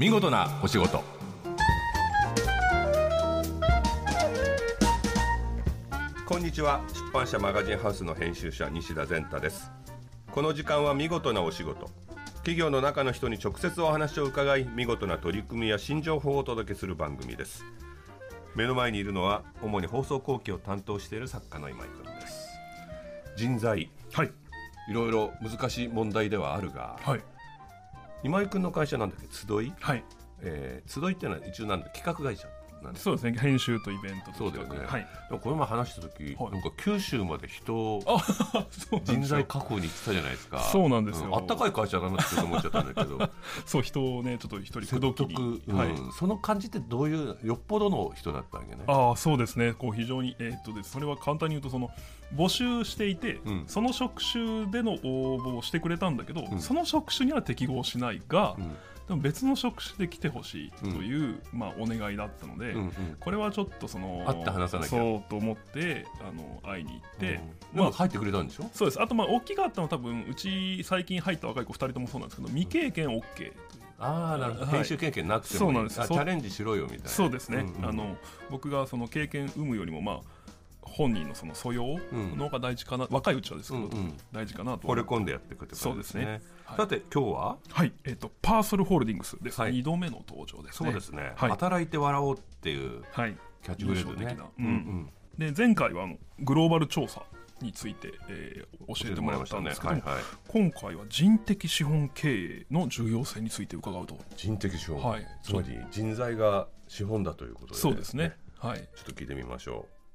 見事なお仕事。こんにちは。出版社マガジンハウスの編集者西田善太です。この時間は見事なお仕事。企業の中の人に直接お話を伺い、見事な取り組みや新情報をお届けする番組です。目の前にいるのは主に放送後期を担当している作家の今井君です。人材、 はい、 いろいろ難しい問題ではあるが、はい、今井君の会社なんだっけ、集い、 はい、 集いっていうのは一応なんだ、企画会社なんです。 そうですね、編集とイベントとそうだよね、 はい、 この前話した時、なんか九州まで人を人材確保に行ってたじゃないですか。 そうなんですよ、 あったかい会社だなって思っちゃったんだけどそう、人をね、ちょっと一人口説きに、 その感じってどういう、よっぽどの人だったわけね。 そうですね、こう非常に、それは簡単に言うと、その募集していて、その職種での応募をしてくれたんだけど、その職種には適合しないが、でも別の職種で来てほしいという、お願いだったので、これはちょっと会って話さなきゃそうと思って会いに行って、 入ってくれたんでしょ。 そうです。あと大きかったのは多分うち最近入った若い子2人ともそうなんですけど、未経験 OK という。 なるほど、編集経験なくてもそうなんです。 チャレンジしろよみたいな。 そうですね、僕がその経験有むよりも本人のその素養の方が大事かな、若いうちはですけど、大事かなと。 惚れ込んでやっていくって感じですね。 そうですね。 さて今日は、 パーソルホールディングスです。2度目の登場ですね。 そうですね、働いて笑おうっていうキャッチフレーズね。 で、前回はグローバル調査について、教えてもらったんですけど、今回は人的資本経営の重要性について伺うと。 人的資本、つまり人材が資本だということで、 そうですね、 ちょっと聞いてみましょう。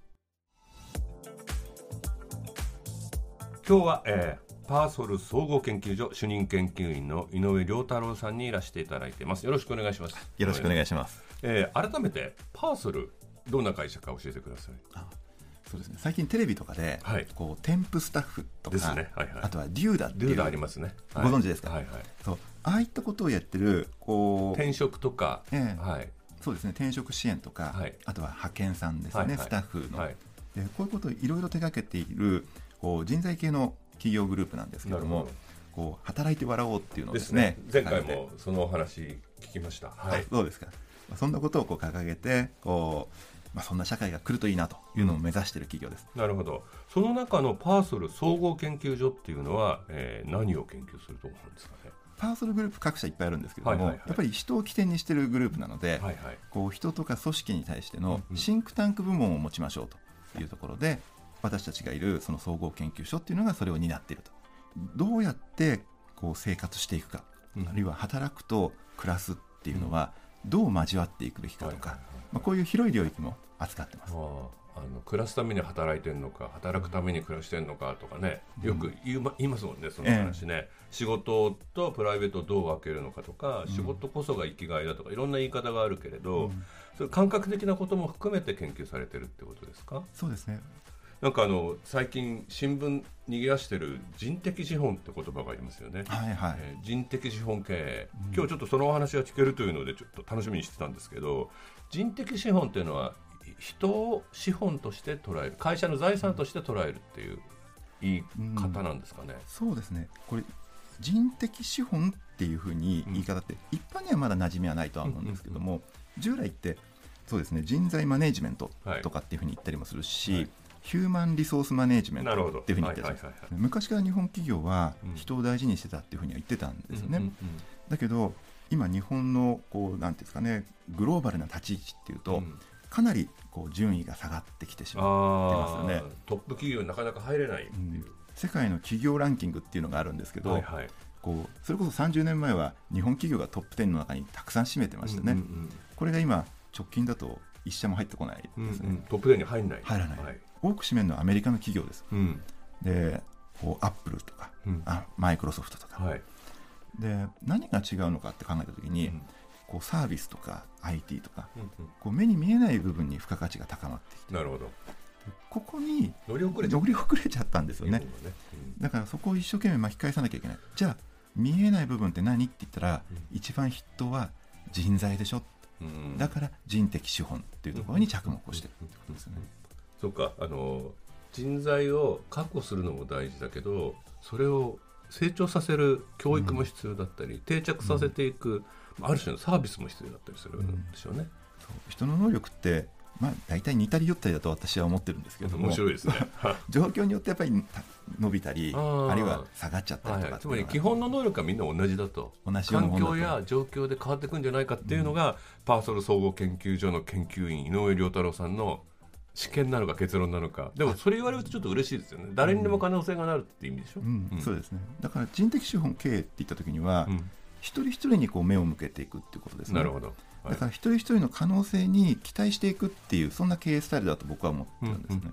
今日は、パーソル総合研究所主任研究員の井上良太郎さんにいらしていただいています。よろしくお願いします。 よろしくお願いします。 改めてパーソル、どんな会社か教えてください。 そうですね、最近テレビとかで、添付スタッフとかですね、あとはデューダっていう、 デューダありますね、 ご存知ですか。そうああいったことをやってる転職とか、 そうですね、転職支援とか、あとは派遣さんですね、スタッフの、でこういうことをいろいろ手掛けている人材系の企業グループなんですけれども、働いて笑おうっていうのをですね、 前回もそのお話聞きました。 そうですか。そんなことを掲げてそんな社会が来るといいなというのを目指している企業です。 なるほど。その中のパーソル総合研究所っていうのは、何を研究すると思うんですかね。 パーソルグループ各社いっぱいあるんですけれども、やっぱり人を起点にしているグループなので、人とか組織に対してのシンクタンク部門を持ちましょうというところで、私たちがいるその総合研究所っていうのがそれを担っていると。どうやって生活していくか、あるいは働くと暮らすっていうのはどう交わっていくべきかとか、こういう広い領域も扱ってます。 暮らすために働いてるのか、働くために暮らしてるのかとかね、よく言いますもんね、その話ね。仕事とプライベートをどう分けるのかとか、仕事こそが生きがいだとか、いろんな言い方があるけれど、それ感覚的なことも含めて研究されてるってことですか。 そうですね。 なんか最近新聞にぎわしてる人的資本って言葉がありますよね。人的資本経営、今日ちょっとそのお話が聞けるというのでちょっと楽しみにしてたんですけど、人的資本っていうのは人を資本として捉える、会社の財産として捉えるっていう言い方なんですかね。 そうですね。これ人的資本っていうふうに言い方って一般にはまだ馴染みはないとは思うんですけども、従来ってそうですね、人材マネジメントとかっていうふうに言ったりもするし、ヒューマンリソースマネジメントっていうふうに言ってたんです。昔から日本企業は人を大事にしてたっていうふうには言ってたんですよね。だけど今日本のなんていうんですかね、グローバルな立ち位置っていうと、かなり順位が下がってきてしまってますよね。 トップ企業になかなか入れないっていう、 世界の企業ランキングっていうのがあるんですけど、それこそ30年前は日本企業がトップ10の中にたくさん占めてましたね。これが今直近だと一社も入ってこないですね。 トップ10に入らない、 多く占めるのはアメリカの企業です。でアップルとか、マイクロソフトとか、で何が違うのかって考えたときに、サービスとか IT とか、目に見えない部分に付加価値が高まってきて、 なるほど、 ここに乗り遅れちゃったんですよね。だからそこを一生懸命巻き返さなきゃいけない。じゃあ見えない部分って何って言ったら、一番筆頭は人材でしょ、だから人的資本っていうところに着目をしてるってことですよね。 そうか、人材を確保するのも大事だけど、それを成長させる教育も必要だったり、定着させていく、ある種のサービスも必要だったりするんでしょうね。 そう人の能力って大体似たり寄ったりだと私は思ってるんですけども、 面白いですね状況によってやっぱり伸びたり、あるいは下がっちゃったりとか、 つまり基本の能力はみんな同じだと、 同じようなものだと、 環境や状況で変わっていくんじゃないかっていうのが、パーソル総合研究所の研究員井上良太郎さんの試験なのか結論なのか。でもそれ言われるとちょっと嬉しいですよね。誰にでも可能性がなるって意味でしょ。 そうですね。だから人的資本経営って言った時には、一人一人にこう目を向けていくっていうことですね。 なるほど。 だから一人一人の可能性に期待していくっていう、そんな経営スタイルだと僕は思ってるんですね。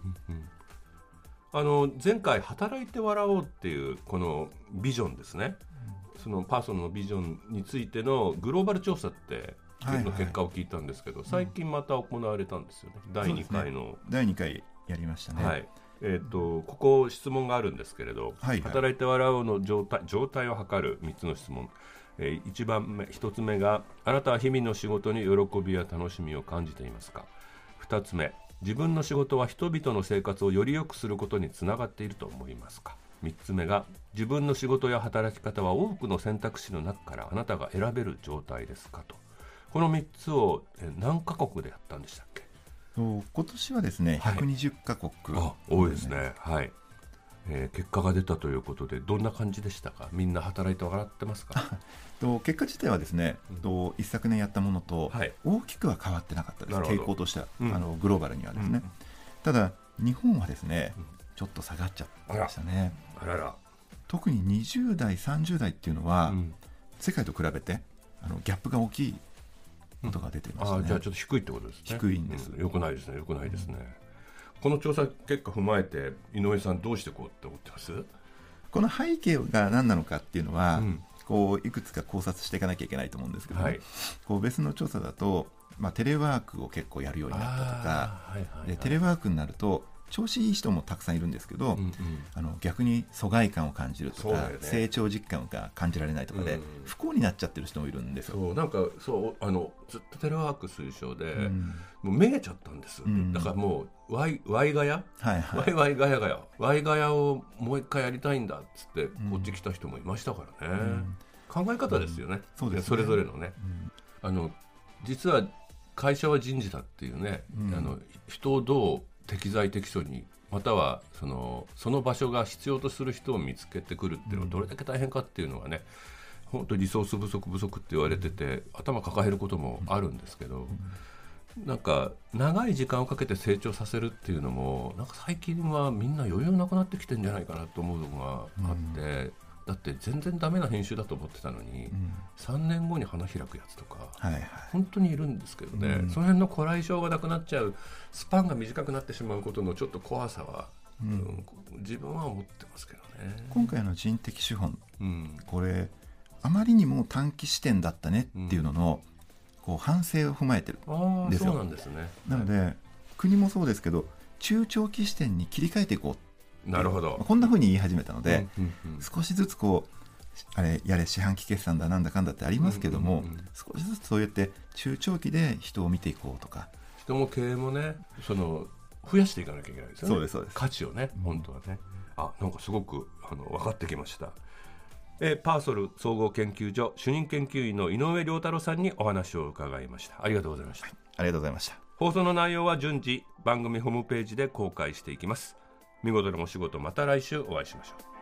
前回働いて笑おうっていうこのビジョンですね、そのパーソンのビジョンについてのグローバル調査っていうの結果を聞いたんですけど、最近また行われたんですよね。第2回の、 第2回やりましたね。 はい。ここ質問があるんですけれど、働いて笑おうの状態を測る3つの質問。1つ目が、あなたは日々の仕事に喜びや楽しみを感じていますか。2つ目、自分の仕事は人々の生活をより良くすることにつながっていると思いますか。3つ目が、自分の仕事や働き方は多くの選択肢の中からあなたが選べる状態ですかと。この3つを何カ国でやったんでしたっけ。 今年はですね、120カ国、 多いですね。はい。結果が出たということで、どんな感じでしたか。みんな働いて笑ってますか。 結果自体はですね、一昨年やったものと大きくは変わってなかったです、傾向としては、グローバルにはですね。ただ日本はですね、ちょっと下がっちゃってましたね。特に20代30代っていうのは、世界と比べてギャップが大きいことが出てましたね。 じゃあちょっと低いってことですね。 低いんです。 よくないですね。よくないですね。この調査結果踏まえて井上さんどうしてこうって思ってます？ この背景が何なのかっていうのは、こういくつか考察していかなきゃいけないと思うんですけど、こう別の調査だと、テレワークを結構やるようになったとか、でテレワークになると調子いい人もたくさんいるんですけど、逆に疎外感を感じるとか、成長実感が感じられないとかで、不幸になっちゃってる人もいるんですよ。 なんかずっとテレワーク推奨で、もうめげちゃったんです、だからもうワイガヤ、ワイガヤをもう一回やりたいんだっつってこっち来た人もいましたからね。考え方ですよね。それぞれのね、実は会社は人事だっていうね、人をどう適材適所に、またはその場所が必要とする人を見つけてくるっていうのはどれだけ大変かっていうのがね、本当にリソース不足って言われてて、頭抱えることもあるんですけど、なんか長い時間をかけて成長させるっていうのも、なんか最近はみんな余裕なくなってきてんじゃないかなと思うのがあって、だって全然ダメな編集だと思ってたのに、3年後に花開くやつとか、本当にいるんですけどね、その辺のこらえ性がなくなっちゃう、スパンが短くなってしまうことのちょっと怖さは、自分は思ってますけどね。 今回の人的資本、これあまりにも短期視点だったねっていうのの、こう反省を踏まえてるんですよ。 そうなんですね。 なので、国もそうですけど、中長期視点に切り替えていこう。 なるほど。 こんな風に言い始めたので、少しずつこうあれやれ四半期決算だなんだかんだってありますけども、少しずつそうやって中長期で人を見ていこうとか、 人も経営もね、増やしていかなきゃいけないですよね。そうです。価値をね、本当はね。なんかすごく分かってきました。パーソル総合研究所主任研究員の井上良太郎さんにお話を伺いました。ありがとうございました。 ありがとうございました。 放送の内容は順次番組ホームページで公開していきます。見事なお仕事、また来週お会いしましょう。